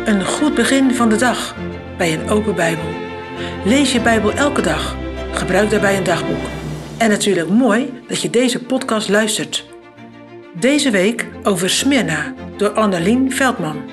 Een goed begin van de dag bij een open Bijbel. Lees je Bijbel elke dag. Gebruik daarbij een dagboek. En natuurlijk mooi dat je deze podcast luistert. Deze week over Smyrna door Annelien Veldman.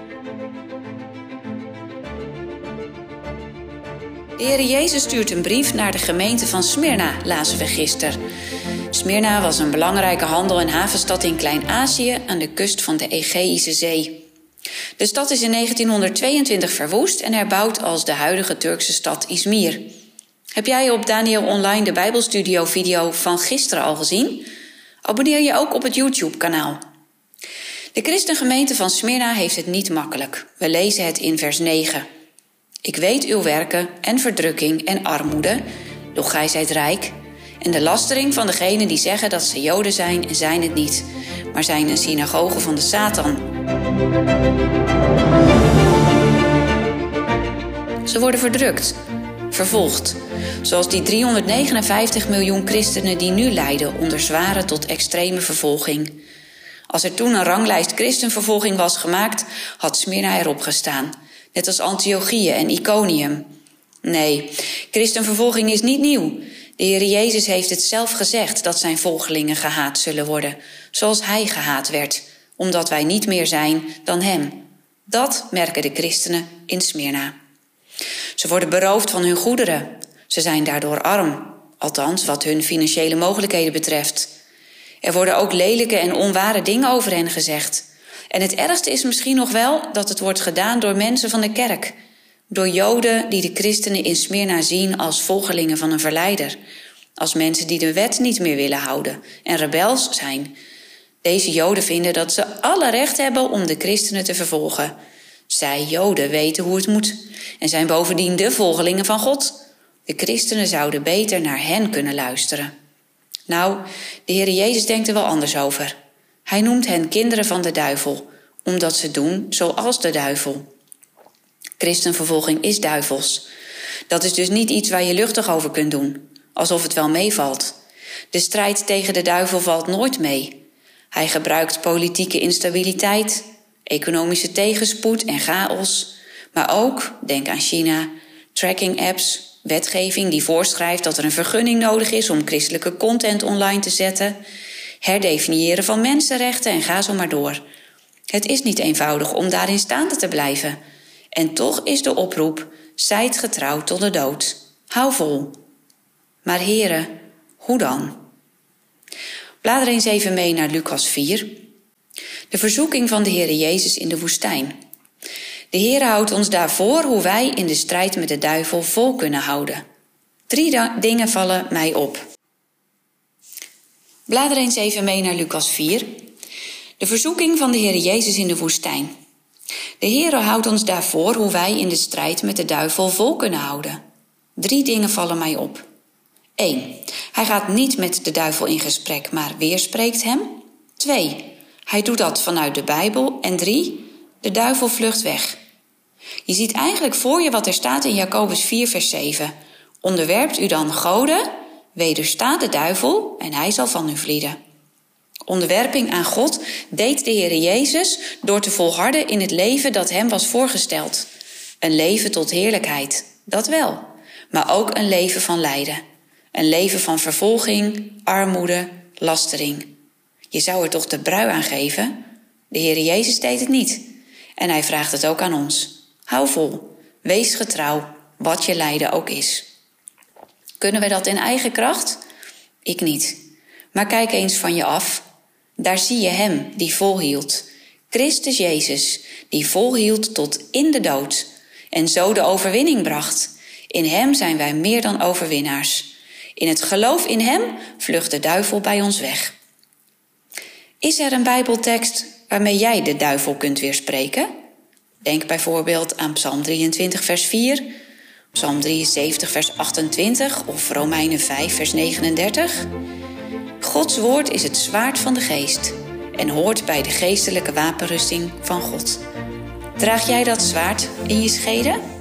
De Heer Jezus stuurt een brief naar de gemeente van Smyrna, lazen we gisteren. Smyrna was een belangrijke handel- en havenstad in Klein-Azië aan de kust van de Egeïsche Zee. De stad is in 1922 verwoest en herbouwd als de huidige Turkse stad Izmir. Heb jij op Daniel Online de Bijbelstudio-video van gisteren al gezien? Abonneer je ook op het YouTube-kanaal. De christengemeente van Smyrna heeft het niet makkelijk. We lezen het in vers 9. Ik weet uw werken en verdrukking en armoede, doch gij zijt rijk, en de lastering van degenen die zeggen dat ze Joden zijn en zijn het niet, maar zijn een synagoge van de Satan. Ze worden verdrukt, vervolgd, zoals die 359 miljoen christenen die nu lijden onder zware tot extreme vervolging. Als er toen een ranglijst christenvervolging was gemaakt, had Smyrna erop gestaan, net als Antiochië en Iconium. Nee, christenvervolging is niet nieuw. De Heer Jezus heeft het zelf gezegd dat zijn volgelingen gehaat zullen worden, zoals hij gehaat werd, omdat wij niet meer zijn dan hem. Dat merken de christenen in Smyrna. Ze worden beroofd van hun goederen. Ze zijn daardoor arm, althans wat hun financiële mogelijkheden betreft. Er worden ook lelijke en onware dingen over hen gezegd. En het ergste is misschien nog wel dat het wordt gedaan door mensen van de kerk. Door Joden die de christenen in Smyrna zien als volgelingen van een verleider. Als mensen die de wet niet meer willen houden en rebels zijn. Deze Joden vinden dat ze alle recht hebben om de christenen te vervolgen. Zij, Joden, weten hoe het moet en zijn bovendien de volgelingen van God. De christenen zouden beter naar hen kunnen luisteren. Nou, de Heer Jezus denkt er wel anders over. Hij noemt hen kinderen van de duivel, omdat ze doen zoals de duivel. Christenvervolging is duivels. Dat is dus niet iets waar je luchtig over kunt doen, alsof het wel meevalt. De strijd tegen de duivel valt nooit mee. Hij gebruikt politieke instabiliteit, economische tegenspoed en chaos, maar ook, denk aan China, tracking-apps, wetgeving die voorschrijft dat er een vergunning nodig is om christelijke content online te zetten, herdefiniëren van mensenrechten en ga zo maar door. Het is niet eenvoudig om daarin staande te blijven. En toch is de oproep, zijt getrouw tot de dood. Hou vol. Maar heren, hoe dan? Blader eens even mee naar Lucas 4. De verzoeking van de Heere Jezus in de woestijn. De Heere houdt ons daarvoor hoe wij in de strijd met de duivel vol kunnen houden. 3 dingen vallen mij op. Blader eens even mee naar Lucas 4. De verzoeking van de Heere Jezus in de woestijn. De Heere houdt ons daarvoor hoe wij in de strijd met de duivel vol kunnen houden. 3 dingen vallen mij op. 1. Hij gaat niet met de duivel in gesprek, maar weerspreekt hem. 2. Hij doet dat vanuit de Bijbel. En 3. De duivel vlucht weg. Je ziet eigenlijk voor je wat er staat in Jacobus 4 vers 7. Onderwerpt u dan goden, wederstaat de duivel en hij zal van u vlieden. Onderwerping aan God deed de Heere Jezus door te volharden in het leven dat hem was voorgesteld. Een leven tot heerlijkheid, dat wel, maar ook een leven van lijden. Een leven van vervolging, armoede, lastering. Je zou er toch de brui aan geven? De Heere Jezus deed het niet. En hij vraagt het ook aan ons. Hou vol, wees getrouw, wat je lijden ook is. Kunnen we dat in eigen kracht? Ik niet. Maar kijk eens van je af. Daar zie je hem die volhield. Christus Jezus, die volhield tot in de dood. En zo de overwinning bracht. In hem zijn wij meer dan overwinnaars. In het geloof in hem vlucht de duivel bij ons weg. Is er een Bijbeltekst waarmee jij de duivel kunt weerspreken? Denk bijvoorbeeld aan Psalm 23 vers 4, Psalm 73 vers 28 of Romeinen 5 vers 39. Gods woord is het zwaard van de geest en hoort bij de geestelijke wapenrusting van God. Draag jij dat zwaard in je schede?